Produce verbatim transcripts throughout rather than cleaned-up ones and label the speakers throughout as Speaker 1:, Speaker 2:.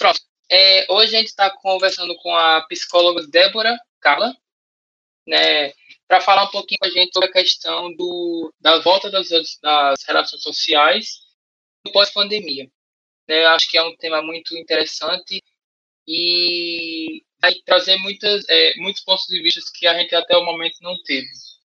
Speaker 1: Pronto. É, hoje a gente está conversando com a psicóloga Débora Carla, né, para falar um pouquinho com a gente sobre a questão do, da volta das, das relações sociais pós-pandemia. Né, eu acho que é um tema muito interessante e vai trazer muitas, é, muitos pontos de vista que a gente até o momento não teve.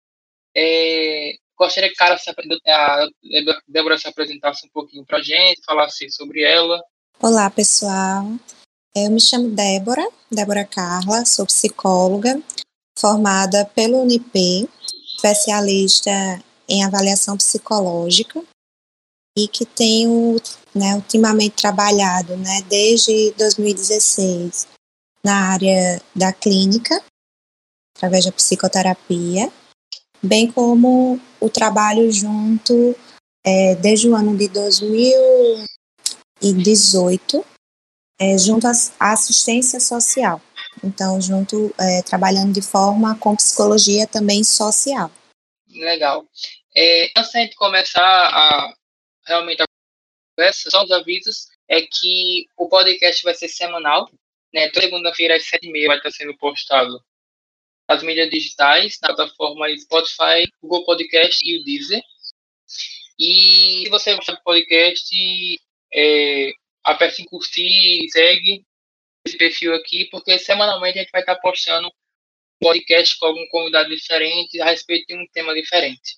Speaker 1: É, gostaria que a, a Débora se apresentasse um pouquinho para a gente, falasse sobre ela.
Speaker 2: Olá, pessoal. Eu me chamo Débora, Débora Carla, sou psicóloga, formada pelo Unip, especialista em avaliação psicológica e que tenho, né, ultimamente trabalhado, né, desde dois mil e dezesseis na área da clínica, através da psicoterapia, bem como o trabalho junto é, desde o ano de dois mil e dezoito, é, junto à assistência social. Então, junto, é, trabalhando de forma com psicologia também social.
Speaker 1: Legal. É, antes de a gente começar a realmente a conversa, só os avisos é que o podcast vai ser semanal, né? Toda segunda-feira às sete e meia vai estar sendo postado nas mídias digitais, na plataforma Spotify, Google Podcast e o Deezer. E se você gostar do podcast, é, aperte em curtir e segue esse perfil aqui, porque semanalmente a gente vai estar postando um podcast com algum convidado diferente a respeito de um tema diferente.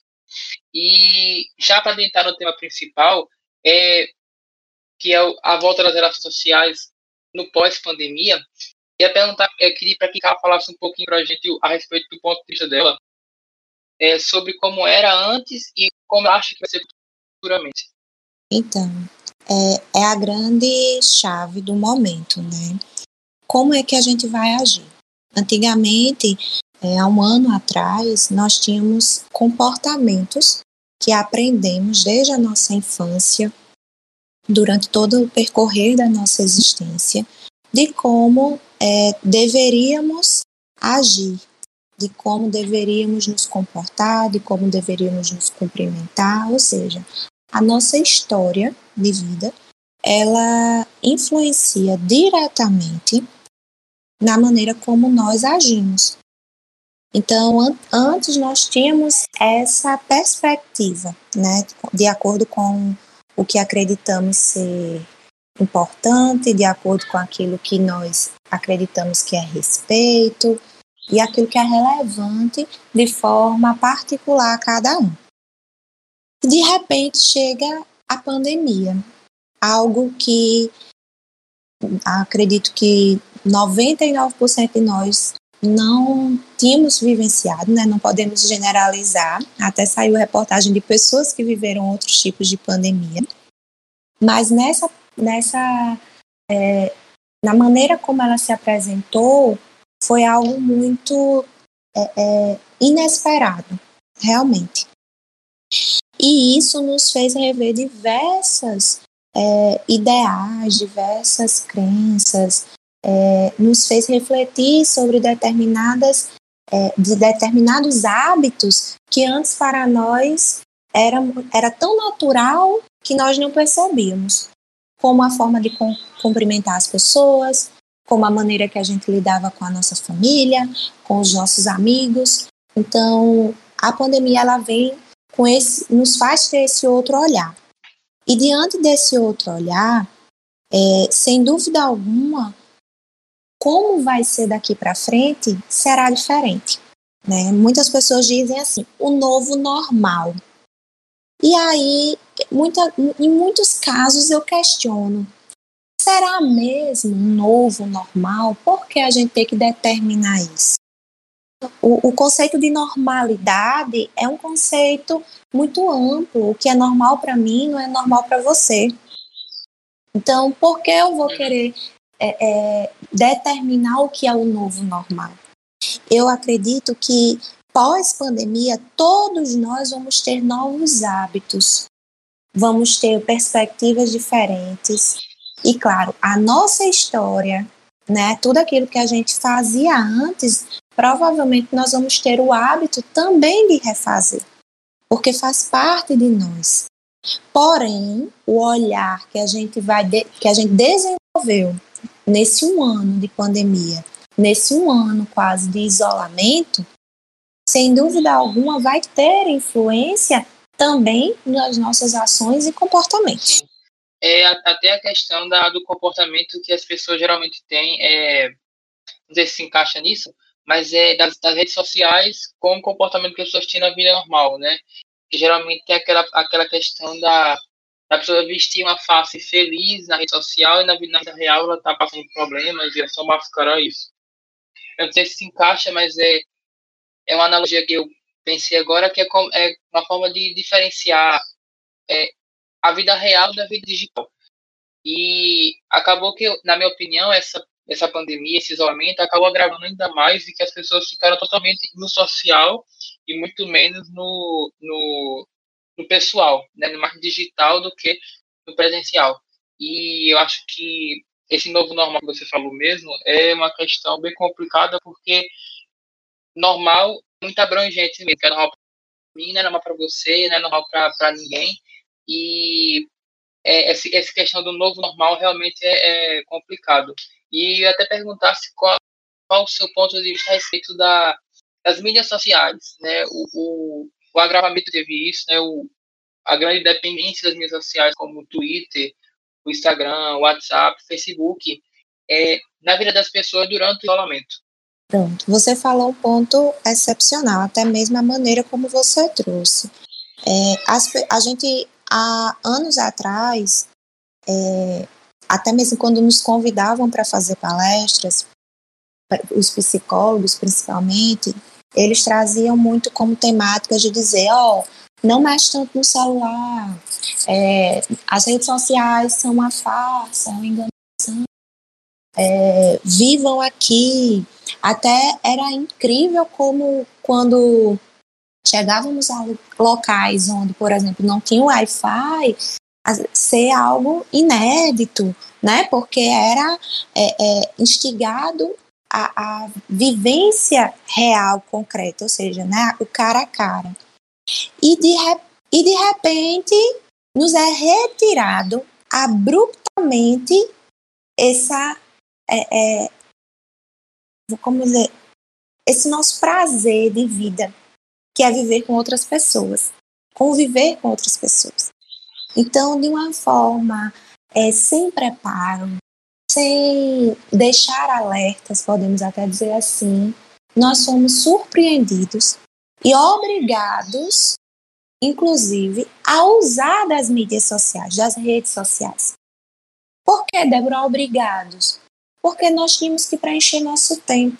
Speaker 1: E já para entrar no tema principal, é, que é a volta das relações sociais no pós-pandemia, eu ia perguntar, eu queria para que ela falasse um pouquinho para a gente a respeito do ponto de vista dela, é, sobre como era antes e como acha que vai ser futuramente.
Speaker 2: Então, é, é a grande chave do momento, né? Como é que a gente vai agir? Antigamente, é, há um ano atrás, nós tínhamos comportamentos que aprendemos desde a nossa infância, durante todo o percorrer da nossa existência, de como é, deveríamos agir, de como deveríamos nos comportar, de como deveríamos nos cumprimentar, ou seja, a nossa história de vida, ela influencia diretamente na maneira como nós agimos. Então, an- antes nós tínhamos essa perspectiva, né, de acordo com o que acreditamos ser importante, de acordo com aquilo que nós acreditamos que é respeito e aquilo que é relevante de forma particular a cada um. De repente chega a pandemia, algo que acredito que noventa e nove por cento de nós não tínhamos vivenciado, né? Não podemos generalizar, até saiu reportagem de pessoas que viveram outros tipos de pandemia, mas nessa, nessa é, na maneira como ela se apresentou, foi algo muito é, é, inesperado, realmente. E isso nos fez rever diversas é, ideais, diversas crenças, é, nos fez refletir sobre determinadas, é, de determinados hábitos que antes para nós era, era tão natural que nós não percebíamos, como a forma de com, cumprimentar as pessoas, como a maneira que a gente lidava com a nossa família, com os nossos amigos. Então, a pandemia ela vem com esse, nos faz ter esse outro olhar. E diante desse outro olhar, é, sem dúvida alguma, como vai ser daqui para frente será diferente, né? Muitas pessoas dizem assim, o novo normal. E aí, muita, em muitos casos eu questiono, será mesmo um novo normal? Por que a gente tem que determinar isso? O, o conceito de normalidade é um conceito muito amplo. O que é normal para mim não é normal para você. Então, por que eu vou querer é, é, determinar o que é o novo normal? Eu acredito que pós-pandemia todos nós vamos ter novos hábitos, vamos ter perspectivas diferentes e, claro, a nossa história, né, tudo aquilo que a gente fazia antes, provavelmente nós vamos ter o hábito também de refazer, porque faz parte de nós. Porém, o olhar que a gente vai de, que a gente desenvolveu nesse um ano de pandemia, nesse um ano quase de isolamento, sem dúvida alguma vai ter influência também nas nossas ações e comportamentos.
Speaker 1: Sim. É, até a questão da, do comportamento que as pessoas geralmente têm, é, não sei se se encaixa nisso, mas é das, das redes sociais com o comportamento que as pessoas têm na vida normal, né? Que geralmente tem aquela, aquela questão da, da pessoa vestir uma face feliz na rede social e na vida, na vida real ela tá passando por problemas e é só mascarar isso. Eu não sei se se encaixa, mas é, é uma analogia que eu pensei agora, que é, com, é uma forma de diferenciar é, a vida real da vida digital. E acabou que, na minha opinião, essa, essa pandemia, esse isolamento, acabou agravando ainda mais e que as pessoas ficaram totalmente no social e muito menos no, no, no pessoal, né, no marketing digital do que no presencial. E eu acho que esse novo normal que você falou mesmo é uma questão bem complicada, porque normal é muito abrangente mesmo, que é normal para mim, não é normal para você, não é normal para ninguém. E é, essa, essa questão do novo normal realmente é, é complicado. E eu até perguntasse qual, qual o seu ponto de vista a respeito da, das mídias sociais, né? O, o, o agravamento teve isso, né? O, a grande dependência das mídias sociais, como o Twitter, o Instagram, o WhatsApp, o Facebook, é, na vida das pessoas durante o isolamento.
Speaker 2: Pronto, você falou um ponto excepcional, até mesmo a maneira como você trouxe. É, as, a gente, há anos atrás, é, até mesmo quando nos convidavam para fazer palestras, os psicólogos principalmente, eles traziam muito como temática de dizer, ó, oh, não mexe tanto no celular, é, as redes sociais são uma farsa, uma enganação, é, vivam aqui. Até era incrível como quando chegávamos a locais onde, por exemplo, não tinha Wi-Fi, ser algo inédito, né? Porque era é, é, instigado a, a vivência real, concreta, ou seja, né, o cara a cara. E de, e de repente nos é retirado abruptamente essa, é, é, como dizer, esse nosso prazer de vida, que é viver com outras pessoas, conviver com outras pessoas. Então, de uma forma é, sem preparo, sem deixar alertas, podemos até dizer assim, nós somos surpreendidos e obrigados, inclusive, a usar das mídias sociais, das redes sociais. Por que, Débora, obrigados? Porque nós tínhamos que preencher nosso tempo.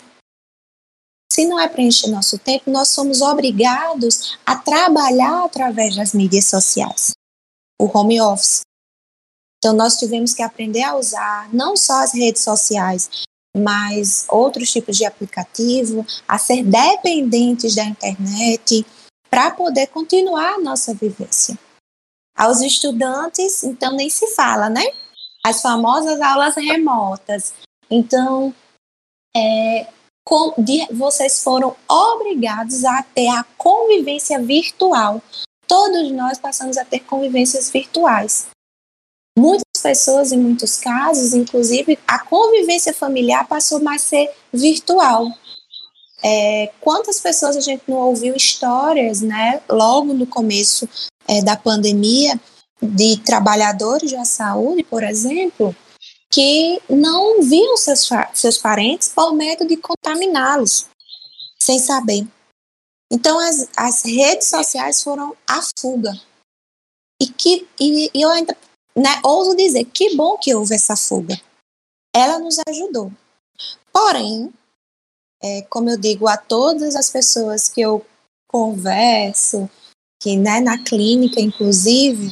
Speaker 2: Se não é preencher nosso tempo, nós somos obrigados a trabalhar através das mídias sociais. O home office. Então, nós tivemos que aprender a usar não só as redes sociais, mas outros tipos de aplicativo, a ser dependentes da internet para poder continuar a nossa vivência. Aos estudantes, então, nem se fala, né? As famosas aulas remotas. Então, é, com, de, vocês foram obrigados a ter a convivência virtual. Todos nós passamos a ter convivências virtuais. Muitas pessoas, em muitos casos, inclusive, a convivência familiar passou mais a ser virtual. É, quantas pessoas a gente não ouviu histórias, né, logo no começo é, da pandemia, de trabalhadores da saúde, por exemplo, que não viam seus, seus parentes por medo de contaminá-los, sem saber. Então, as, as redes sociais foram a fuga. E, que, e, e eu ainda né, ouso dizer, que bom que houve essa fuga. Ela nos ajudou. Porém, é, como eu digo a todas as pessoas que eu converso, que né, na clínica, inclusive,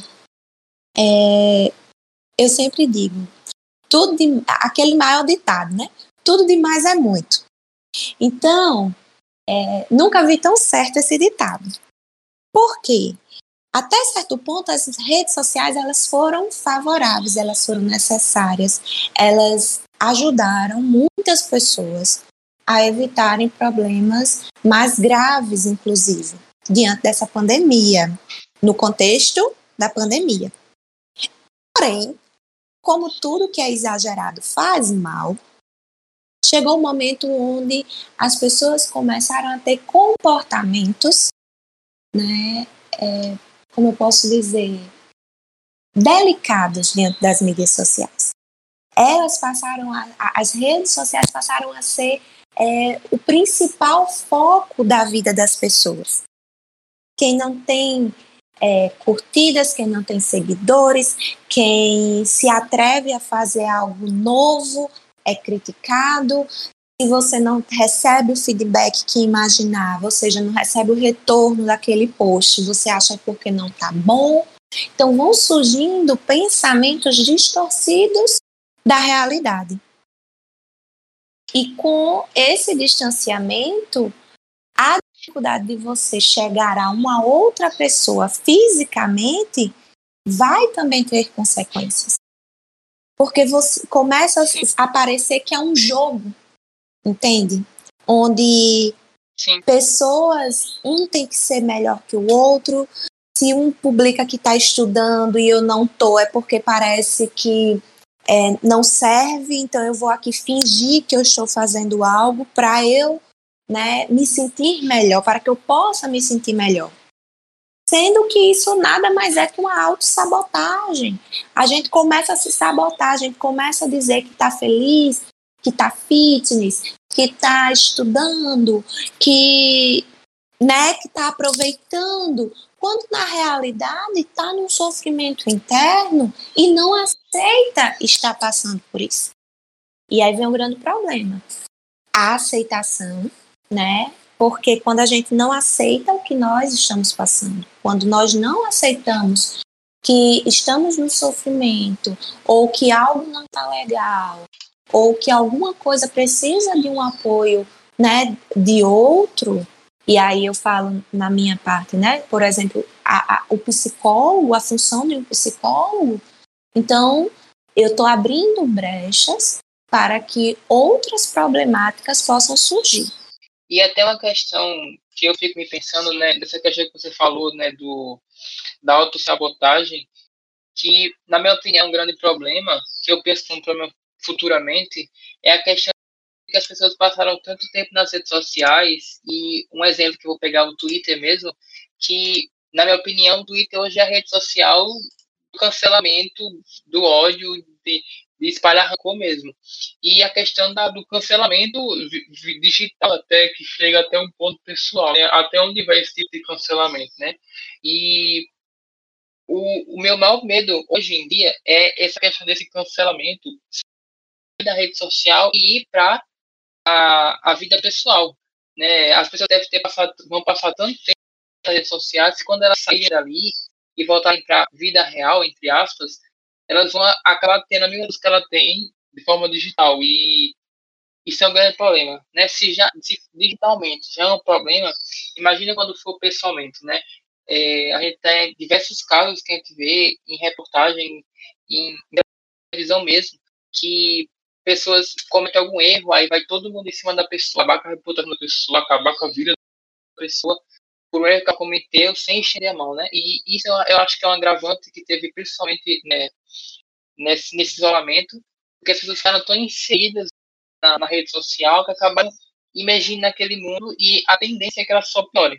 Speaker 2: é, eu sempre digo, tudo de, aquele maior ditado, né? Tudo demais é muito. Então, é, nunca vi tão certo esse ditado. Por quê? Até certo ponto, as redes sociais elas foram favoráveis, elas foram necessárias, elas ajudaram muitas pessoas a evitarem problemas mais graves, inclusive, diante dessa pandemia, no contexto da pandemia. Porém, como tudo que é exagerado faz mal, chegou um momento onde as pessoas começaram a ter comportamentos, né, é, como eu posso dizer, delicados diante das mídias sociais. Elas passaram a, as redes sociais passaram a ser é, o principal foco da vida das pessoas. Quem não tem é, curtidas, quem não tem seguidores, quem se atreve a fazer algo novo é criticado. Se você não recebe o feedback que imaginava, ou seja, não recebe o retorno daquele post, você acha porque não está bom. Então vão surgindo pensamentos distorcidos da realidade. E com esse distanciamento, a dificuldade de você chegar a uma outra pessoa fisicamente vai também ter consequências. Porque você começa a parecer que é um jogo, entende? Onde
Speaker 1: Sim.
Speaker 2: pessoas, um tem que ser melhor que o outro. Se um publica que está estudando e eu não estou, é porque parece que é, não serve, então eu vou aqui fingir que eu estou fazendo algo para eu, né, me sentir melhor, para que eu possa me sentir melhor. Sendo que isso nada mais é que uma autossabotagem. A gente começa a se sabotar, a gente começa a dizer que está feliz, que está fitness, que está estudando, que né, que está aproveitando, quando na realidade está num sofrimento interno e não aceita estar passando por isso. E aí vem um grande problema. A aceitação, né? Porque quando a gente não aceita o que nós estamos passando, quando nós não aceitamos que estamos no sofrimento, ou que algo não está legal, ou que alguma coisa precisa de um apoio, né, de outro, e aí eu falo na minha parte, né, por exemplo, a, a, o psicólogo, a função de um psicólogo, então eu estou abrindo brechas para que outras problemáticas possam surgir.
Speaker 1: E até uma questão que eu fico me pensando, né, dessa questão que você falou, né, do, da autossabotagem, que, na minha opinião, é um grande problema, que eu penso que é um problema futuramente, é a questão de que as pessoas passaram tanto tempo nas redes sociais, e um exemplo que eu vou pegar o Twitter mesmo, que, na minha opinião, o Twitter hoje é a rede social do cancelamento, do ódio, de, de espalhar rancor mesmo. E a questão da, do cancelamento digital, até que chega até um ponto pessoal, né? Até onde vai esse tipo de cancelamento, né? E o, o meu maior medo hoje em dia é essa questão desse cancelamento da rede social e ir para a, a vida pessoal, né? As pessoas devem ter passado, vão passar tanto tempo nas redes sociais, que quando elas saírem dali e voltarem para a vida real, entre aspas, elas vão acabar tendo a mesma coisa que ela tem de forma digital, e isso é um grande problema, né? Se já se digitalmente já é um problema, imagina quando for pessoalmente, né? É, a gente tem diversos casos que a gente vê em reportagem, em televisão mesmo, que pessoas cometem algum erro, aí vai todo mundo em cima da pessoa, acabar com a reputação da pessoa, acabar com a vida da pessoa, por um erro que ela cometeu, sem estender a mão, né? E isso eu, eu acho que é um agravante que teve principalmente, né, nesse, nesse isolamento, porque as pessoas ficaram tão inseridas na, na rede social que acabaram imergindo naquele mundo, e a tendência é que ela só piore.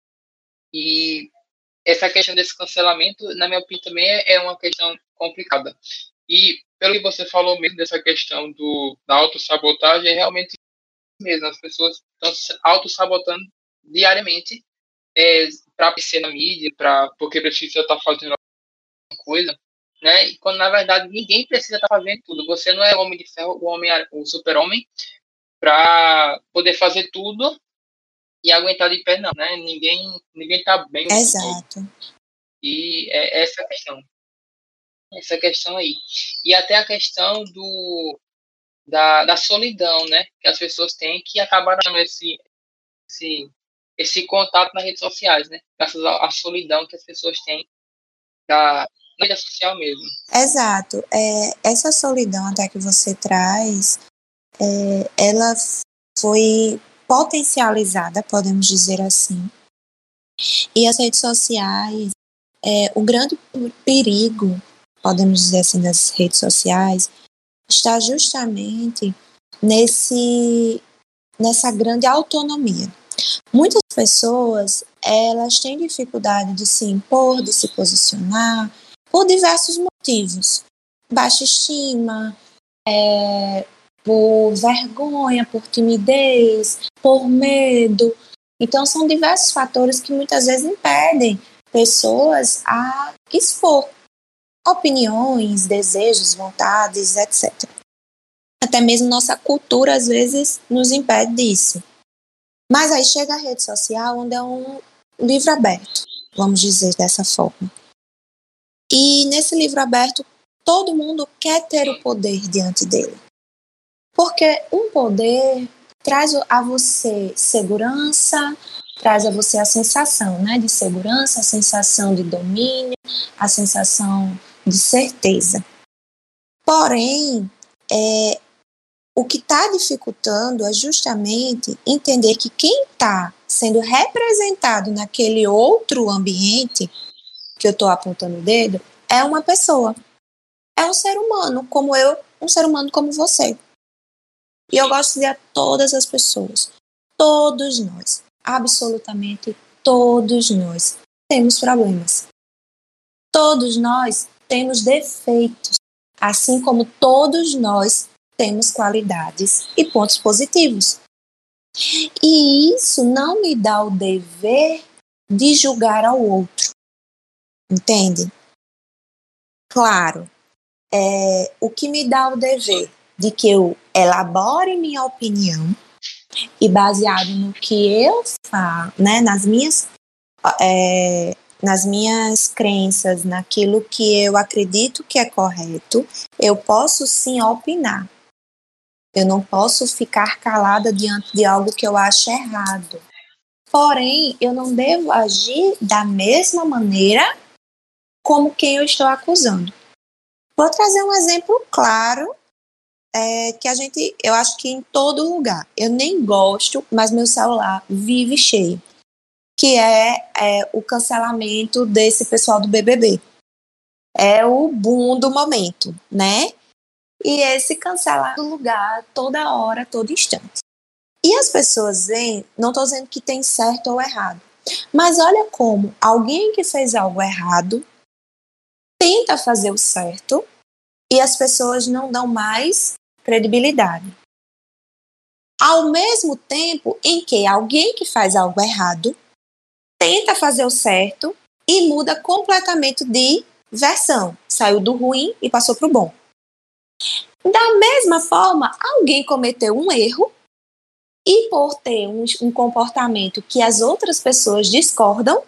Speaker 1: E essa questão desse cancelamento, na minha opinião, também é uma questão complicada. E pelo que você falou mesmo dessa questão do, da autossabotagem, é realmente mesmo. As pessoas estão se autossabotando diariamente é, para aparecer na mídia, pra, porque precisa estar fazendo alguma coisa, né? E quando, na verdade, ninguém precisa estar fazendo tudo. Você não é o homem de ferro, o, homem, o super-homem, para poder fazer tudo e aguentar de pé, não, né? Ninguém, ninguém tá bem.
Speaker 2: Exato.
Speaker 1: E é essa a questão. Essa questão aí. E até a questão do, da, da solidão, né? Que as pessoas têm, que acabaram tendo esse, esse, esse contato nas redes sociais, né? Graças à, à solidão que as pessoas têm da vida social mesmo.
Speaker 2: Exato. É, essa solidão até que você traz, é, ela foi potencializada, podemos dizer assim. E as redes sociais, é, o grande perigo podemos dizer assim, das redes sociais, está justamente nesse, nessa grande autonomia. Muitas pessoas, elas têm dificuldade de se impor, de se posicionar, por diversos motivos. Baixa estima, é, por vergonha, por timidez, por medo. Então, são diversos fatores que muitas vezes impedem pessoas a expor opiniões, desejos, vontades, etcétera. Até mesmo nossa cultura, às vezes, nos impede disso. Mas aí chega a rede social, onde é um livro aberto, vamos dizer dessa forma. E nesse livro aberto, todo mundo quer ter o poder diante dele. Porque um poder traz a você segurança, traz a você a sensação, né, de segurança, a sensação de domínio, a sensação de certeza. Porém, é, o que está dificultando é justamente entender que quem está sendo representado naquele outro ambiente que eu estou apontando o dedo é uma pessoa. É um ser humano, como eu, um ser humano como você. E eu gosto de dizer a todas as pessoas, todos nós, absolutamente todos nós, temos problemas. Todos nós temos defeitos, assim como todos nós temos qualidades e pontos positivos. E isso não me dá o dever de julgar ao outro, entende? Claro, é, o que me dá o dever de que eu elabore minha opinião e baseado no que eu falo, né, nas minhas, é, nas minhas crenças, naquilo que eu acredito que é correto, eu posso sim opinar. Eu não posso ficar calada diante de algo que eu acho errado. Porém, eu não devo agir da mesma maneira como quem eu estou acusando. Vou trazer um exemplo claro, é, que a gente, eu acho que em todo lugar. Eu nem gosto, mas meu celular vive cheio. Que é, é o cancelamento desse pessoal do B B B. É o boom do momento, né? E esse cancelar do lugar toda hora, todo instante. E as pessoas veem, não estou dizendo que tem certo ou errado, mas olha como alguém que fez algo errado tenta fazer o certo e as pessoas não dão mais credibilidade. Ao mesmo tempo em que alguém que faz algo errado tenta fazer o certo e muda completamente de versão. Saiu do ruim e passou para o bom. Da mesma forma, alguém cometeu um erro e por ter um, um comportamento que as outras pessoas discordam,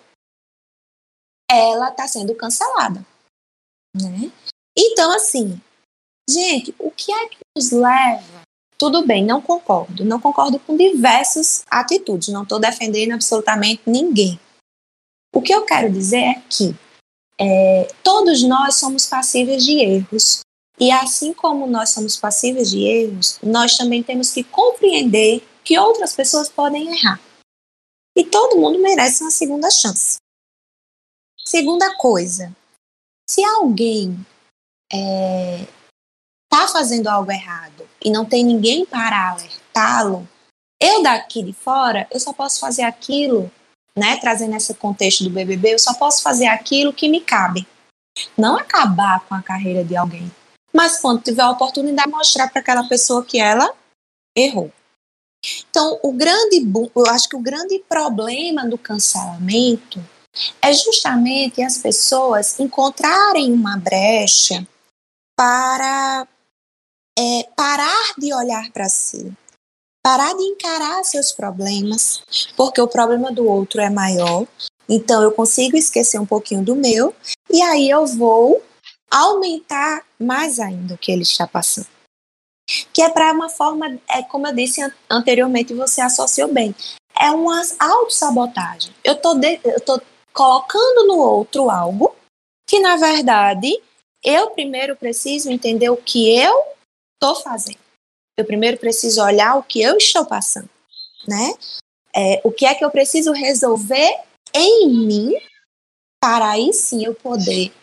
Speaker 2: ela está sendo cancelada, né? Então, assim, gente, o que é que nos leva? Tudo bem, não concordo. Não concordo com diversas atitudes. Não estou defendendo absolutamente ninguém. O que eu quero dizer é que é, todos nós somos passíveis de erros. E assim como nós somos passíveis de erros, nós também temos que compreender que outras pessoas podem errar. E todo mundo merece uma segunda chance. Segunda coisa, se alguém está é, fazendo algo errado e não tem ninguém para alertá-lo, eu daqui de fora, eu só posso fazer aquilo, né, trazendo esse contexto do B B B, eu só posso fazer aquilo que me cabe. Não acabar com a carreira de alguém, mas quando tiver a oportunidade, mostrar para aquela pessoa que ela errou. Então, o grande, eu acho que o grande problema do cancelamento é justamente as pessoas encontrarem uma brecha para é, parar de olhar para si, parar de encarar seus problemas, porque o problema do outro é maior, então eu consigo esquecer um pouquinho do meu, e aí eu vou aumentar mais ainda o que ele está passando. Que é para uma forma, é, como eu disse anteriormente, você associou bem, é uma autossabotagem. Eu tô, de, eu tô colocando no outro algo que, na verdade, eu primeiro preciso entender o que eu estou fazendo. Eu primeiro preciso olhar o que eu estou passando, né? É, o que é que eu preciso resolver em mim para aí sim eu poder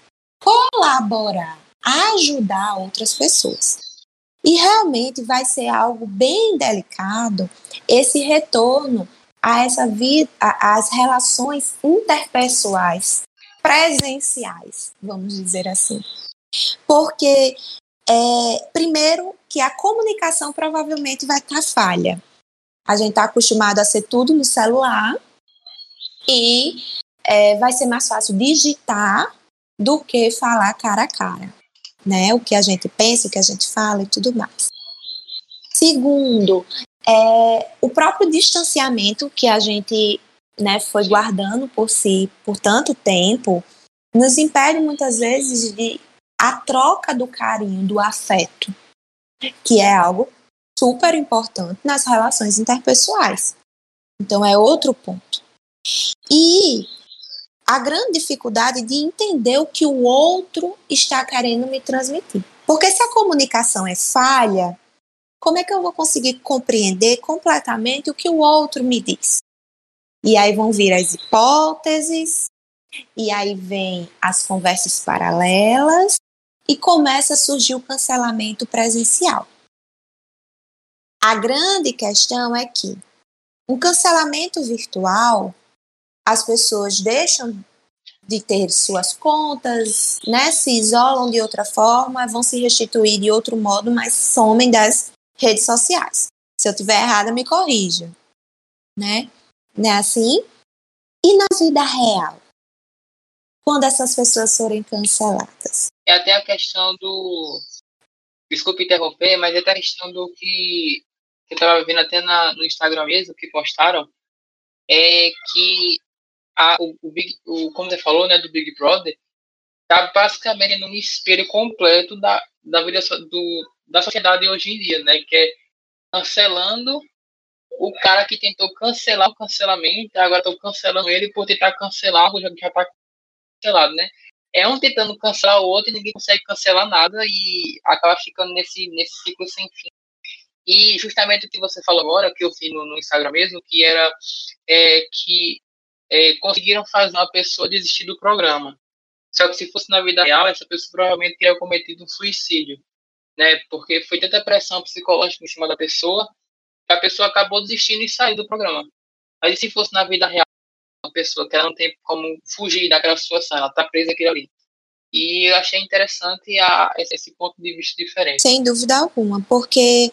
Speaker 2: colaborar, ajudar outras pessoas. E realmente vai ser algo bem delicado esse retorno a essa vida, às relações interpessoais, presenciais, vamos dizer assim. Porque, é, primeiro, que a comunicação provavelmente vai estar falha. A gente está acostumado a ser tudo no celular e é, vai ser mais fácil digitar do que falar cara a cara, né? O que a gente pensa, o que a gente fala e tudo mais. Segundo, é, o próprio distanciamento que a gente, né, foi guardando por si por tanto tempo nos impede muitas vezes de a troca do carinho, do afeto, que é algo super importante nas relações interpessoais. Então é outro ponto. E a grande dificuldade de entender o que o outro está querendo me transmitir. Porque se a comunicação é falha, como é que eu vou conseguir compreender completamente o que o outro me diz? E aí vão vir as hipóteses, e aí vem as conversas paralelas, e começa a surgir o cancelamento presencial. A grande questão é que um cancelamento virtual, as pessoas deixam de ter suas contas, né, se isolam de outra forma, vão se restituir de outro modo, mas somem das redes sociais. Se eu estiver errada, me corrija. Né? Não é assim? E na vida real? Quando essas pessoas forem canceladas?
Speaker 1: É até a questão do... Desculpe interromper, mas é até a questão do que eu estava vendo até na, no Instagram mesmo, que postaram, é que a, o, o, Big, o, como você falou, né, do Big Brother, está basicamente num espelho completo da, da vida do, da sociedade hoje em dia, né, que é cancelando o cara que tentou cancelar o cancelamento, agora estão cancelando ele por tentar cancelar algo já está cancelado, né? É um tentando cancelar o outro e ninguém consegue cancelar nada e acaba ficando nesse, nesse ciclo sem fim. E justamente o que você falou agora, que eu vi no, no Instagram mesmo, que era é, que é, conseguiram fazer uma pessoa desistir do programa. Só que se fosse na vida real, essa pessoa provavelmente teria cometido um suicídio, né? Porque foi tanta pressão psicológica em cima da pessoa que a pessoa acabou desistindo e saindo do programa. Mas e se fosse na vida real, uma pessoa que ela não tem como fugir daquela situação, ela está presa aquilo ali. E eu achei interessante a, esse ponto de vista diferente.
Speaker 2: Sem dúvida alguma, porque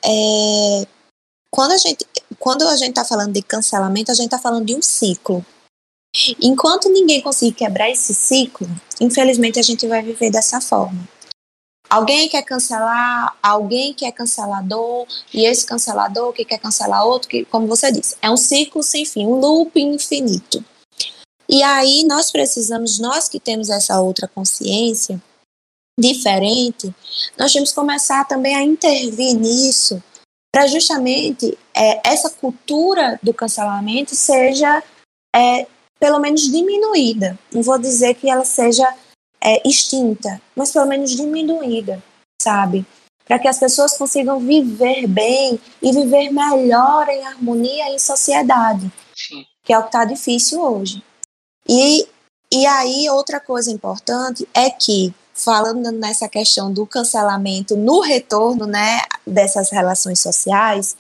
Speaker 2: é, quando a gente quando a gente está falando de cancelamento, a gente está falando de um ciclo. Enquanto ninguém conseguir quebrar esse ciclo, infelizmente a gente vai viver dessa forma. Alguém quer cancelar, alguém que é cancelador, e esse cancelador que quer cancelar outro, que, como você disse, é um ciclo sem fim, um loop infinito. E aí nós precisamos, nós que temos essa outra consciência diferente, nós temos que começar também a intervir nisso, para justamente é, essa cultura do cancelamento seja, é, pelo menos, diminuída. Não vou dizer que ela seja é, extinta, mas pelo menos diminuída, sabe? Para que as pessoas consigam viver bem e viver melhor em harmonia em sociedade,
Speaker 1: Sim.
Speaker 2: que é o que está difícil hoje. E, e aí, outra coisa importante é que, falando nessa questão do cancelamento no retorno, né, dessas relações sociais,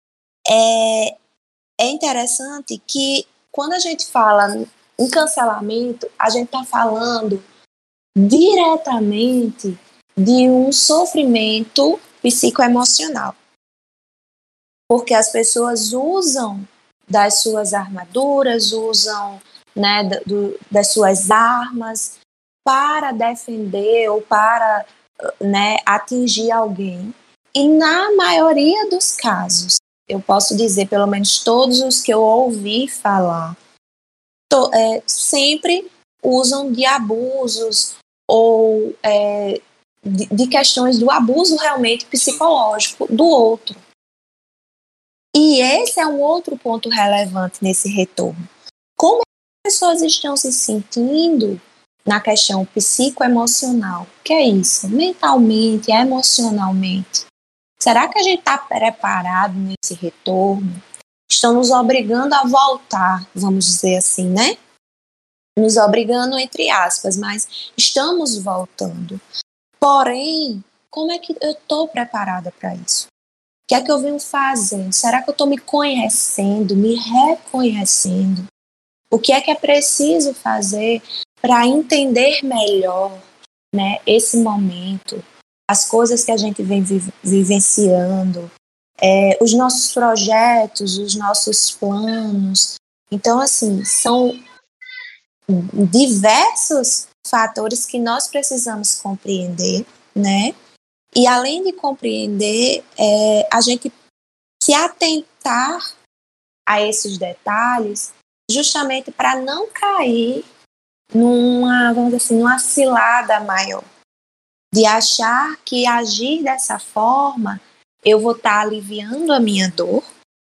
Speaker 2: é, é interessante que quando a gente fala em cancelamento, a gente está falando diretamente de um sofrimento psicoemocional. Porque as pessoas usam das suas armaduras, usam, né, do, das suas armas para defender ou para, né, atingir alguém. E na maioria dos casos, eu posso dizer, pelo menos todos os que eu ouvi falar, to, é, sempre usam de abusos ou é, de, de questões do abuso realmente psicológico do outro. E esse é um outro ponto relevante nesse retorno. Como as pessoas estão se sentindo na questão psicoemocional? O que é isso? Mentalmente, emocionalmente. Será que a gente está preparado nesse retorno? Estão nos obrigando a voltar, vamos dizer assim, né? nos obrigando, entre aspas, mas estamos voltando. Porém, como é que eu estou preparada para isso? O que é que eu venho fazendo? Será que eu estou me conhecendo, me reconhecendo? O que é que é preciso fazer para entender melhor, né, esse momento, as coisas que a gente vem vi- vivenciando, é, os nossos projetos, os nossos planos. Então, assim, são diversos fatores que nós precisamos compreender, né? E além de compreender, é, a gente se atentar a esses detalhes justamente para não cair numa, vamos dizer assim, numa cilada maior, de achar que agir dessa forma eu vou estar aliviando a minha dor,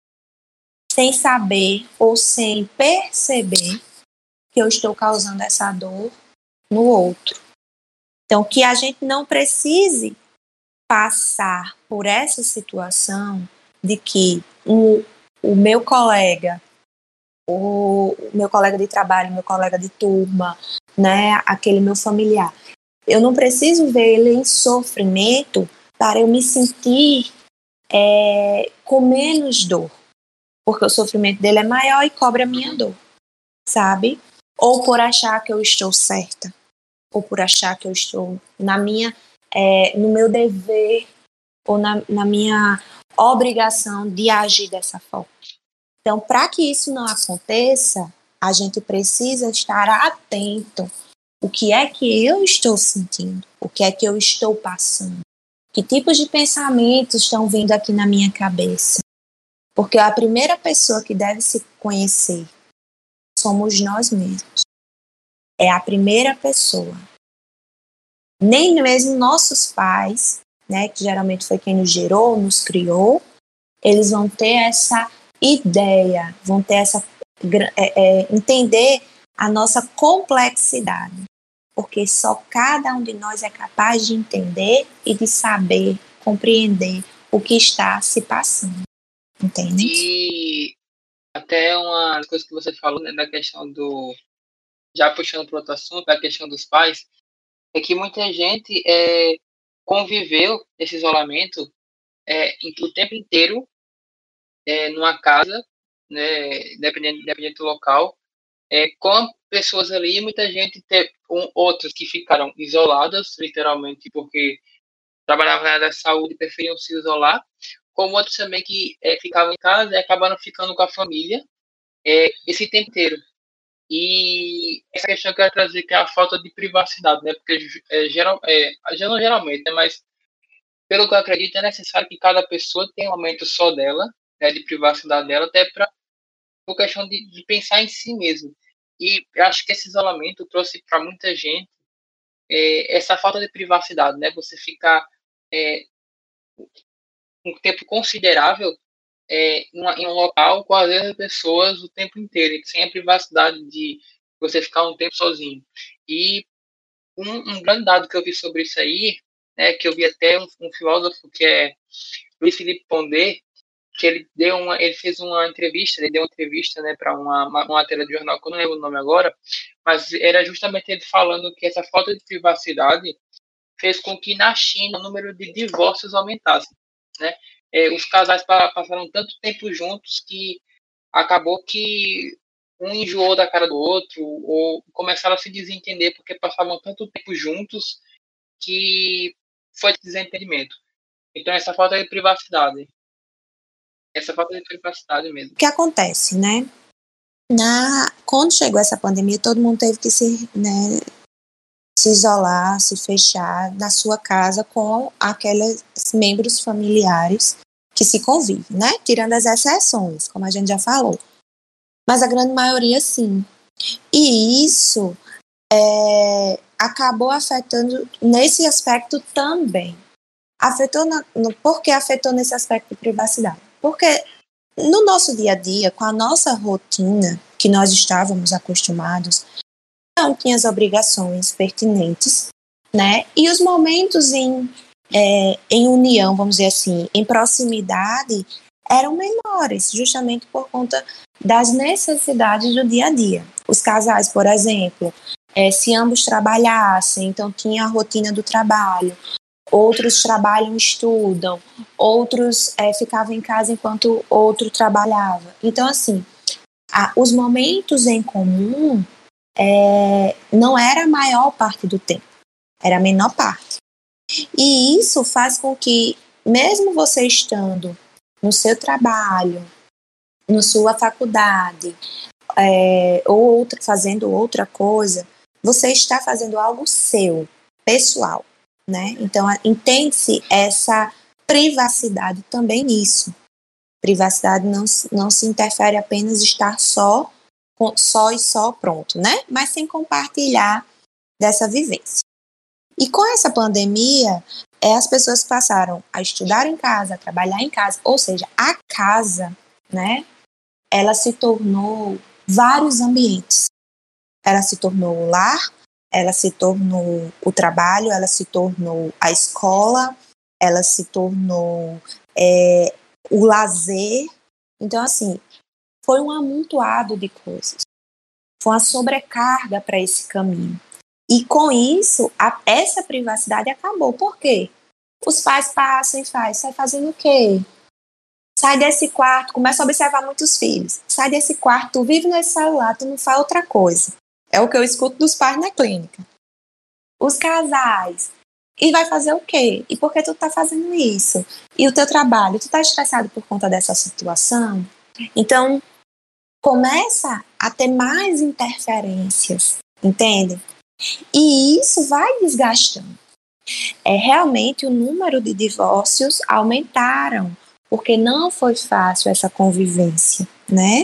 Speaker 2: sem saber ou sem perceber que eu estou causando essa dor no outro. Então, que a gente não precise passar por essa situação de que o, o meu colega, o, o meu colega de trabalho, meu colega de turma, né, aquele meu familiar, eu não preciso ver ele em sofrimento para eu me sentir é, com menos dor, porque o sofrimento dele é maior e cobre a minha dor, sabe? Ou por achar que eu estou certa, ou por achar que eu estou na minha, é, no meu dever, ou na, na minha obrigação de agir dessa forma. Então, para que isso não aconteça, a gente precisa estar atento. O que é que eu estou sentindo? O que é que eu estou passando? Que tipos de pensamentos estão vindo aqui na minha cabeça? Porque a primeira pessoa que deve se conhecer somos nós mesmos. É a primeira pessoa. Nem mesmo nossos pais, né, que geralmente foi quem nos gerou, nos criou, eles vão ter essa ideia, vão ter essa é, é, entender a nossa complexidade, porque só cada um de nós é capaz de entender e de saber, compreender o que está se passando, entende?
Speaker 1: E até uma coisa que você falou, né, da questão do, já puxando para outro assunto, da questão dos pais, é que muita gente é, conviveu esse isolamento é, o tempo inteiro é, numa casa, né, dependendo, dependendo do local, é, com pessoas ali, muita gente, teve, um, outros que ficaram isoladas, literalmente, porque trabalhavam na área da saúde e preferiam se isolar, como outros também que é, ficavam em casa e acabaram ficando com a família é, esse tempo inteiro. E essa questão que eu quero trazer, que é a falta de privacidade, né? Porque é, geral, é, já não geralmente, né? Mas pelo que eu acredito, é necessário que cada pessoa tenha um momento só dela, né? De privacidade dela, até para por questão de, de pensar em si mesmo. E eu acho que esse isolamento trouxe para muita gente é, essa falta de privacidade, né? Você ficar é, um tempo considerável é, em, uma, em um local com as mesmas pessoas o tempo inteiro, sem a privacidade de você ficar um tempo sozinho. E um, um grande dado que eu vi sobre isso aí, né, que eu vi até um, um filósofo que é Luiz Felipe Pondé, que ele deu uma, ele fez uma entrevista, ele deu uma entrevista, né, para uma, uma, uma matéria de jornal que eu não lembro o nome agora, mas era justamente ele falando que essa falta de privacidade fez com que na China o número de divórcios aumentasse, né? É, os casais passaram tanto tempo juntos que acabou que um enjoou da cara do outro ou começaram a se desentender porque passavam tanto tempo juntos que foi desentendimento. Então essa falta de privacidade, essa falta de privacidade mesmo.
Speaker 2: O que acontece, né? Na, quando chegou essa pandemia, todo mundo teve que se, né, se isolar, se fechar na sua casa com aqueles membros familiares que se convivem, né? Tirando as exceções, como a gente já falou. Mas a grande maioria, sim. E isso é, acabou afetando nesse aspecto também. Afetou na, no, por que afetou nesse aspecto de privacidade? Porque no nosso dia a dia, com a nossa rotina, que nós estávamos acostumados, não tinha as obrigações pertinentes, né? E os momentos em, é, em união, vamos dizer assim, em proximidade, eram menores, justamente por conta das necessidades do dia a dia. Os casais, por exemplo, é, se ambos trabalhassem, então tinha a rotina do trabalho, outros trabalham e estudam, outros é, ficavam em casa enquanto outro trabalhava. Então, assim, a, os momentos em comum é, não era a maior parte do tempo, era a menor parte. E isso faz com que, mesmo você estando no seu trabalho, na sua faculdade, é, ou outra, fazendo outra coisa, você está fazendo algo seu, pessoal, né? Então, entende-se essa privacidade também nisso. Privacidade não, não se interfere apenas estar só, só e só pronto, né? Mas sem compartilhar dessa vivência. E com essa pandemia, é, as pessoas passaram a estudar em casa, a trabalhar em casa, ou seja, a casa, né? Ela se tornou vários ambientes. Ela se tornou o lar, ela se tornou o trabalho, ela se tornou a escola, ela se tornou é, o lazer. Então, assim, foi um amontoado de coisas. Foi uma sobrecarga para esse caminho. E com isso, a, essa privacidade acabou. Por quê? Os pais passam e fazem, sai fazendo o quê? Sai desse quarto, começa a observar muitos filhos. Sai desse quarto, tu vive nesse celular, tu não faz outra coisa. É o que eu escuto dos pais na clínica. Os casais. E vai fazer o quê? E por que tu tá fazendo isso? E o teu trabalho? Tu tá estressado por conta dessa situação? Então, começa a ter mais interferências, entende? E isso vai desgastando. É, realmente o número de divórcios aumentaram, porque não foi fácil essa convivência, né?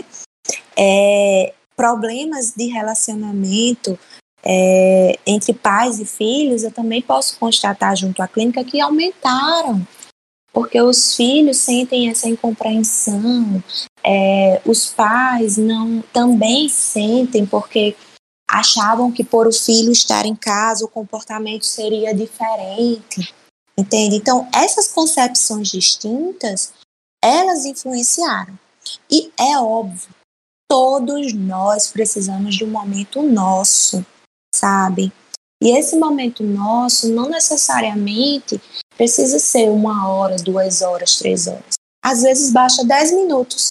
Speaker 2: É, problemas de relacionamento é, entre pais e filhos, eu também posso constatar junto à clínica que aumentaram, porque os filhos sentem essa incompreensão, é, os pais não também sentem, porque achavam que por o filho estar em casa o comportamento seria diferente, entende? Então, essas concepções distintas, elas influenciaram. E é óbvio, todos nós precisamos de um momento nosso, sabe? E esse momento nosso não necessariamente precisa ser uma hora, duas horas, três horas. Às vezes basta dez minutos.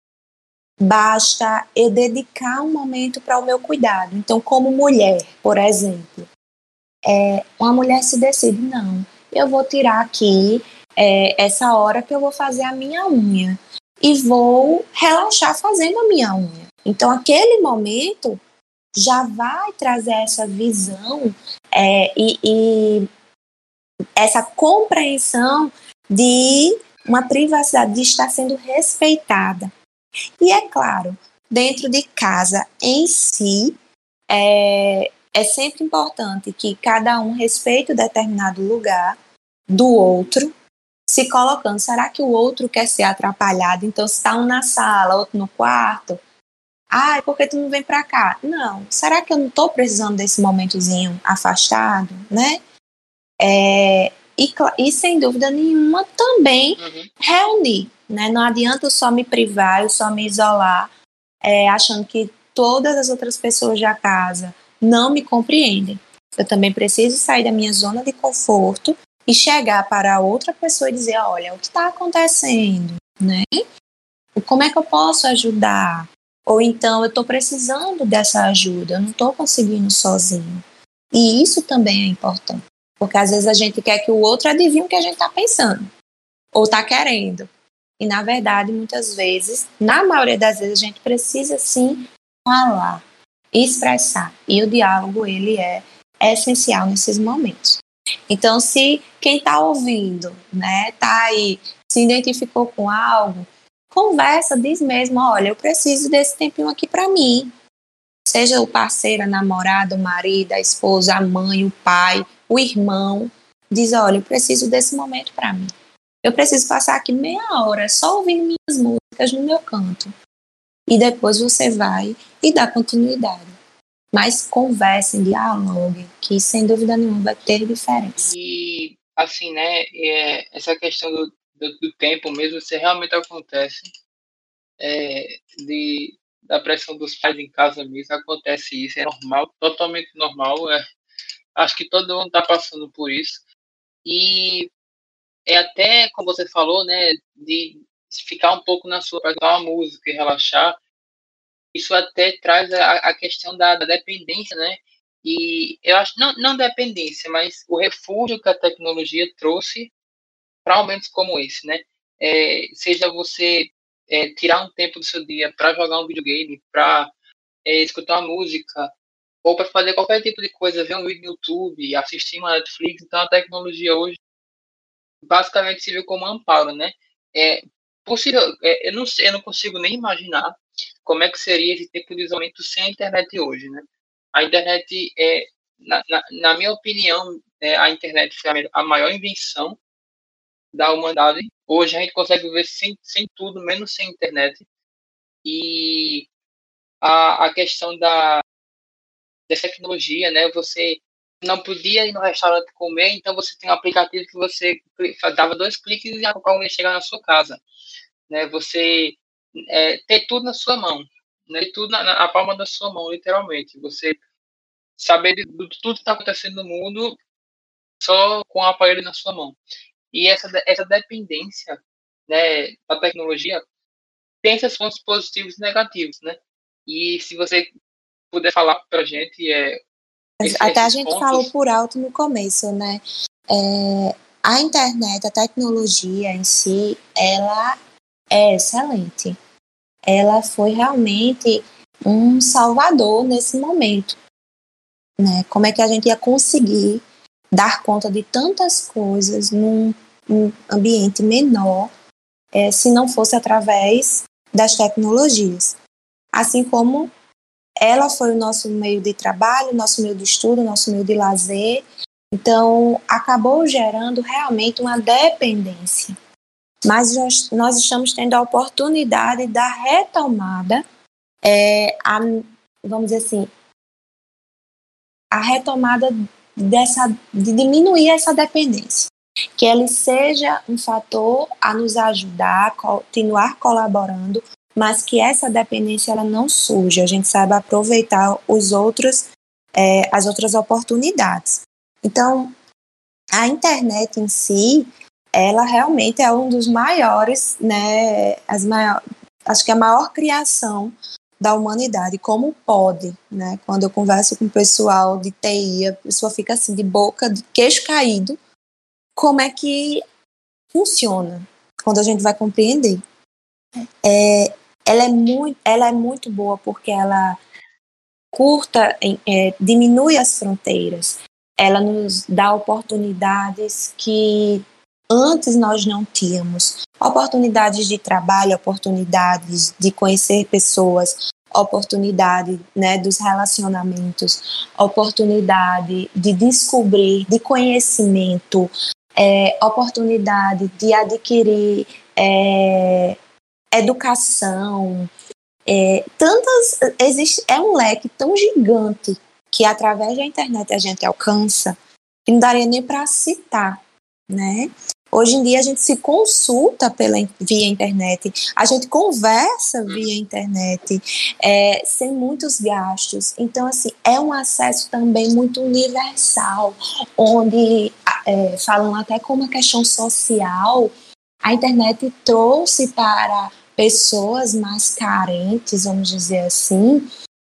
Speaker 2: Basta eu dedicar um momento para o meu cuidado. Então, como mulher, por exemplo, é, uma mulher se decide, não, eu vou tirar aqui é, essa hora que eu vou fazer a minha unha e vou relaxar fazendo a minha unha. Então, aquele momento já vai trazer essa visão é, e, e essa compreensão de uma privacidade, de estar sendo respeitada. E é claro, dentro de casa em si, é, é sempre importante que cada um respeite o determinado lugar do outro, se colocando, será que o outro quer ser atrapalhado? Então, se está um na sala, outro no quarto, ah, por que tu não vem para cá? Não, será que eu não estou precisando desse momentozinho afastado, né? É, e, e sem dúvida nenhuma também
Speaker 1: Uhum.
Speaker 2: reunir, né? Não adianta eu só me privar, eu só me isolar, é, achando que todas as outras pessoas da casa não me compreendem. Eu também preciso sair da minha zona de conforto e chegar para outra pessoa e dizer, olha, o que está acontecendo, né? Como é que eu posso ajudar? Ou então, eu estou precisando dessa ajuda, eu não estou conseguindo sozinho. E isso também é importante, porque às vezes a gente quer que o outro adivinhe o que a gente está pensando, ou está querendo. E, na verdade, muitas vezes, na maioria das vezes, a gente precisa, sim, falar, expressar. E o diálogo, ele é essencial nesses momentos. Então, se quem está ouvindo, né, está aí, se identificou com algo, conversa, diz mesmo, olha, eu preciso desse tempinho aqui para mim. Seja o parceiro, a namorada, o marido, a esposa, a mãe, o pai, o irmão. Diz, olha, eu preciso desse momento para mim. Eu preciso passar aqui meia hora só ouvindo minhas músicas no meu canto. E depois você vai e dá continuidade. Mas conversem, dialoguem, que sem dúvida nenhuma vai ter diferença.
Speaker 1: E, assim, né, é, essa questão do, do, do tempo mesmo, se realmente acontece, é, de, da pressão dos pais em casa mesmo, acontece isso, é normal, totalmente normal, é, acho que todo mundo está passando por isso, e é até, como você falou, né, de ficar um pouco na sua, para escutar uma música e relaxar, isso até traz a, a questão da, da dependência, né, e eu acho, não, não dependência, mas o refúgio que a tecnologia trouxe para momentos como esse, né, é, seja você é, tirar um tempo do seu dia para jogar um videogame, para é, escutar uma música, ou para fazer qualquer tipo de coisa, ver um vídeo no YouTube, assistir uma Netflix, então a tecnologia hoje basicamente serviu como amparo, né? É possível, é, eu não sei, eu não consigo nem imaginar como é que seria esse tempo de isolamento sem a internet hoje, né? A internet é, na, na, na minha opinião, é, a internet foi a, a maior invenção da humanidade. Hoje a gente consegue viver sem, sem tudo, menos sem internet. E a, a questão da, da tecnologia, né? Você não podia ir no restaurante comer, então você tem um aplicativo que você dava dois cliques e a comida chega na sua casa, né? Você é, ter tudo na sua mão, né? Tudo na, na palma da sua mão, literalmente. Você saber de, de tudo que está acontecendo no mundo só com o aparelho na sua mão. E essa essa dependência, né, da tecnologia tem seus pontos positivos e negativos, né? E se você puder falar para a gente é, esse,
Speaker 2: Até a
Speaker 1: esses
Speaker 2: gente falou
Speaker 1: pontos.
Speaker 2: por alto no começo, né? É, a internet, a tecnologia em si, ela é excelente. Ela foi realmente um salvador nesse momento, né? Como é que a gente ia conseguir dar conta de tantas coisas num, num ambiente menor, é, se não fosse através das tecnologias? Assim como ela foi o nosso meio de trabalho, nosso meio de estudo, nosso meio de lazer. Então, acabou gerando realmente uma dependência. Mas nós, nós estamos tendo a oportunidade da retomada, é, a, vamos dizer assim, a retomada dessa, de diminuir essa dependência. Que ele seja um fator a nos ajudar a continuar colaborando, mas que essa dependência ela não surja, a gente saiba aproveitar os outros, é, as outras oportunidades. Então, a internet em si, ela realmente é um dos maiores, né, as maior, acho que a maior criação da humanidade, como pode, né, quando eu converso com o pessoal de T I, a pessoa fica assim, de boca, de queixo caído, como é que funciona, quando a gente vai compreender. É, ela, é muito, ela é muito boa porque ela curta, é, diminui as fronteiras, ela nos dá oportunidades que antes nós não tínhamos, oportunidades de trabalho, oportunidades de conhecer pessoas, oportunidade, né, dos relacionamentos, oportunidade de descobrir, de conhecimento, é, oportunidade de adquirir é, educação, é, tantas, existe, é um leque tão gigante que através da internet a gente alcança que não daria nem para citar, né? Hoje em dia a gente se consulta pela, via internet, a gente conversa via internet, é, sem muitos gastos. Então, assim, é um acesso também muito universal, onde, é, falando até como uma questão social, a internet trouxe para pessoas mais carentes, vamos dizer assim,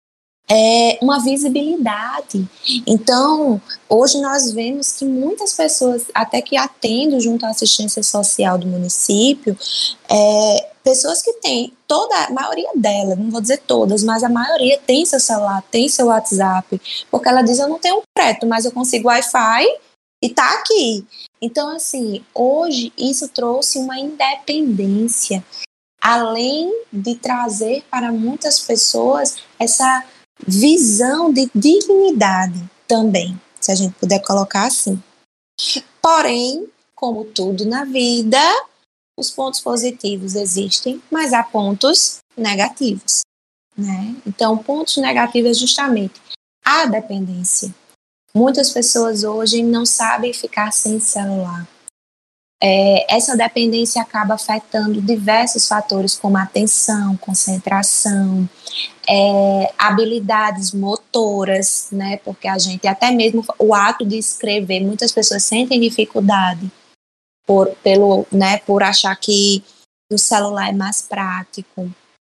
Speaker 2: é uma visibilidade. Então, hoje nós vemos que muitas pessoas, até que atendem junto à assistência social do município, é, pessoas que têm, toda a maioria delas, não vou dizer todas, mas a maioria tem seu celular, tem seu WhatsApp, porque ela diz, eu não tenho crédito, mas eu consigo Wi-Fi e tá aqui. Então, assim, hoje isso trouxe uma independência, além de trazer para muitas pessoas essa visão de dignidade também, se a gente puder colocar assim. Porém, como tudo na vida, os pontos positivos existem, mas há pontos negativos, né? Então, pontos negativos é justamente a dependência. Muitas pessoas hoje não sabem ficar sem celular. É, essa dependência acaba afetando diversos fatores, como atenção, concentração, é, habilidades motoras, né? Porque a gente, até mesmo o ato de escrever, muitas pessoas sentem dificuldade por, pelo, né, por achar que o celular é mais prático.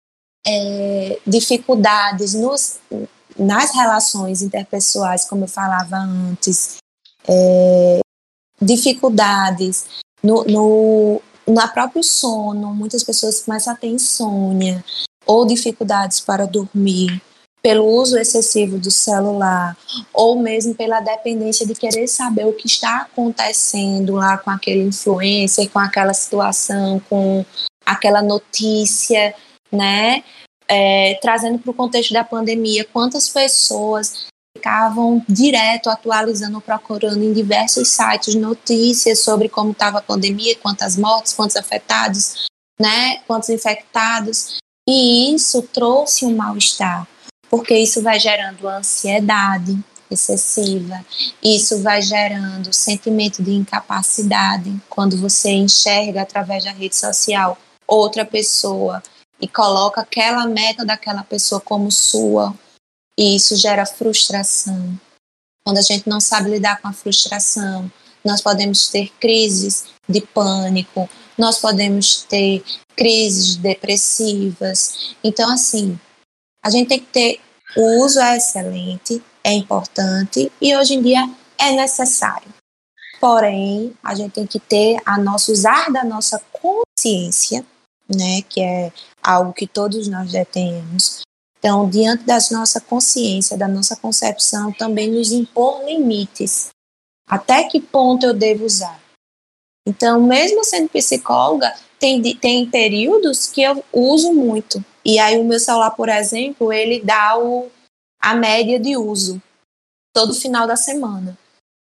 Speaker 2: É, dificuldades nos, nas relações interpessoais, como eu falava antes, é, dificuldades no, no na próprio sono, muitas pessoas começam a ter insônia ou dificuldades para dormir pelo uso excessivo do celular, ou mesmo pela dependência de querer saber o que está acontecendo lá com aquele influencer, com aquela situação, com aquela notícia, né? É, trazendo para o contexto da pandemia, quantas pessoas ficavam direto atualizando, procurando em diversos sites notícias sobre como estava a pandemia, quantas mortes, quantos afetados, né, quantos infectados, e isso trouxe um mal-estar, porque isso vai gerando ansiedade excessiva, isso vai gerando sentimento de incapacidade, quando você enxerga através da rede social outra pessoa e coloca aquela meta daquela pessoa como sua, e isso gera frustração. Quando a gente não sabe lidar com a frustração, nós podemos ter crises de pânico, nós podemos ter crises depressivas. Então, assim, a gente tem que ter, o uso é excelente, é importante e hoje em dia é necessário. Porém, a gente tem que ter a nosso usar da nossa consciência, né, que é algo que todos nós detemos. Então, diante da nossa consciência, da nossa concepção, também nos impor limites. Até que ponto eu devo usar? Então, mesmo sendo psicóloga, tem, tem períodos que eu uso muito. E aí o meu celular, por exemplo, ele dá o, a média de uso todo final da semana.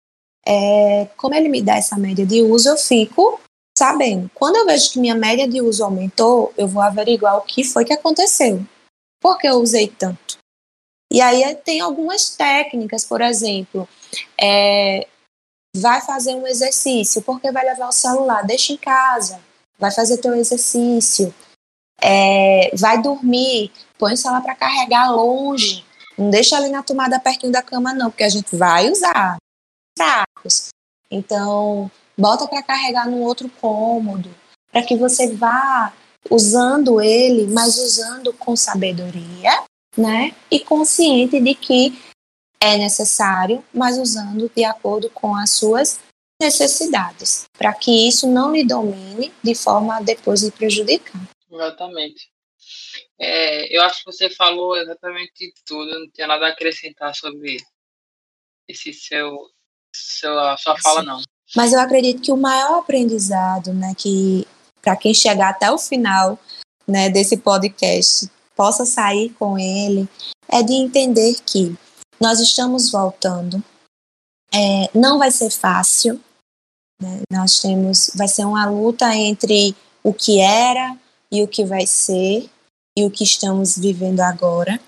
Speaker 2: É, como ele me dá essa média de uso, eu fico sabendo. Quando eu vejo que minha média de uso aumentou, eu vou averiguar o que foi que aconteceu. Por que eu usei tanto? E aí tem algumas técnicas, por exemplo, é, vai fazer um exercício, porque vai levar o celular, deixa em casa, vai fazer teu exercício, é, vai dormir, põe o celular para carregar longe, não deixa ali na tomada pertinho da cama não, porque a gente vai usar fracos. Então, bota para carregar num outro cômodo, para que você vá usando ele, mas usando com sabedoria, né? E consciente de que é necessário, mas usando de acordo com as suas necessidades, para que isso não lhe domine de forma a depois lhe prejudicar.
Speaker 1: Exatamente. É, eu acho que você falou exatamente tudo, não tem nada a acrescentar sobre esse seu, seu a sua fala, não.
Speaker 2: Mas eu acredito que o maior aprendizado, né, que para quem chegar até o final, né, desse podcast, possa sair com ele, é de entender que nós estamos voltando. É, não vai ser fácil, né? Nós temos, vai ser uma luta entre o que era e o que vai ser e o que estamos vivendo agora,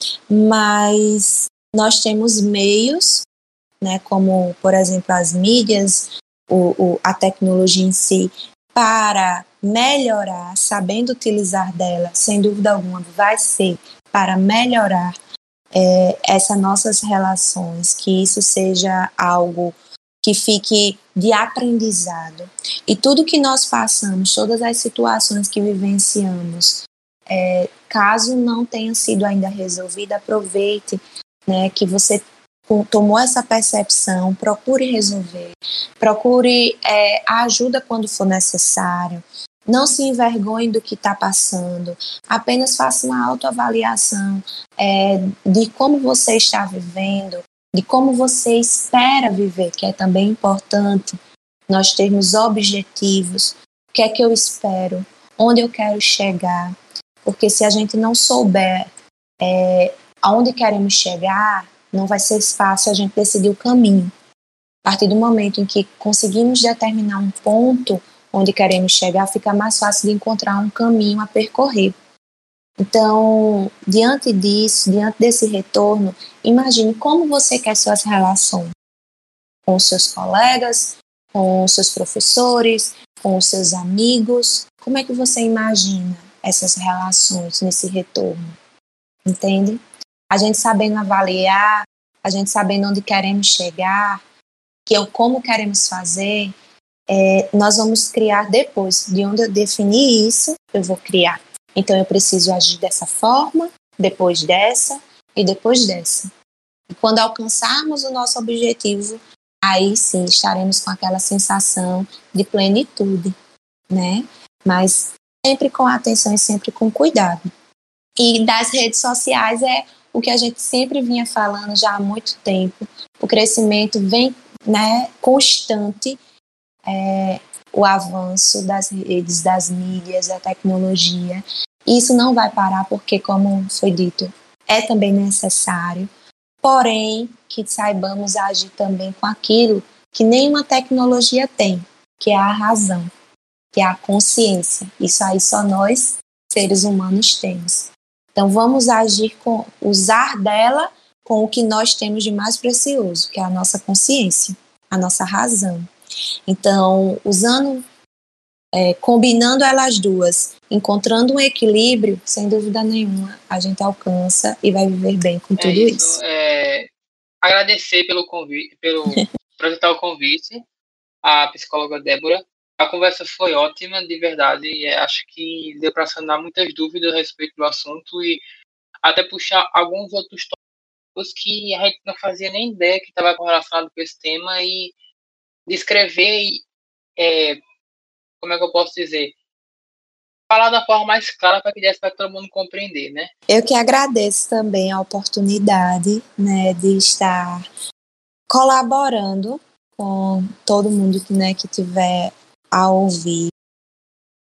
Speaker 2: mas nós temos meios, né, como, por exemplo, as mídias, o, o, a tecnologia em si, para melhorar, sabendo utilizar dela, sem dúvida alguma, vai ser para melhorar é, essas nossas relações, que isso seja algo que fique de aprendizado. E tudo que nós passamos, todas as situações que vivenciamos, é, caso não tenha sido ainda resolvida, aproveite, né, que você tomou essa percepção, procure resolver, procure é, a ajuda quando for necessário, não se envergonhe do que está passando, apenas faça uma autoavaliação é, de como você está vivendo, de como você espera viver, que é também importante nós termos objetivos, o que é que eu espero, onde eu quero chegar, porque se a gente não souber é, aonde queremos chegar, não vai ser fácil a gente decidir o caminho. A partir do momento em que conseguimos determinar um ponto onde queremos chegar, fica mais fácil de encontrar um caminho a percorrer. Então, diante disso, diante desse retorno, imagine como você quer suas relações com os seus colegas, com os seus professores, com os seus amigos? Como é que você imagina essas relações nesse retorno? Entende? A gente sabendo avaliar, a gente sabendo onde queremos chegar, que eu, como queremos fazer, é, nós vamos criar depois. De onde eu definir isso, eu vou criar. Então eu preciso agir dessa forma, depois dessa e depois dessa. E quando alcançarmos o nosso objetivo, aí sim estaremos com aquela sensação de plenitude, né? Mas sempre com atenção e sempre com cuidado. E das redes sociais é o que a gente sempre vinha falando já há muito tempo. O crescimento vem, né, constante, é, o avanço das redes, das mídias, da tecnologia. Isso não vai parar porque, como foi dito, é também necessário, porém que saibamos agir também com aquilo que nenhuma tecnologia tem, que é a razão, que é a consciência. Isso aí só nós, seres humanos, temos. Então vamos agir com, usar dela com o que nós temos de mais precioso, que é a nossa consciência, a nossa razão. Então, usando, é, combinando elas duas, encontrando um equilíbrio, sem dúvida nenhuma, a gente alcança e vai viver bem com tudo
Speaker 1: é isso.
Speaker 2: isso.
Speaker 1: É, agradecer pelo convite, pelo projetar o convite, à psicóloga Débora. A conversa foi ótima, de verdade, e acho que deu para sanar muitas dúvidas a respeito do assunto e até puxar alguns outros tópicos que a gente não fazia nem ideia que estava relacionado com esse tema e descrever, é, como é que eu posso dizer, falar da forma mais clara para que desse para todo mundo compreender, né?
Speaker 2: Eu que agradeço também a oportunidade, né, de estar colaborando com todo mundo, né, que tiver a ouvir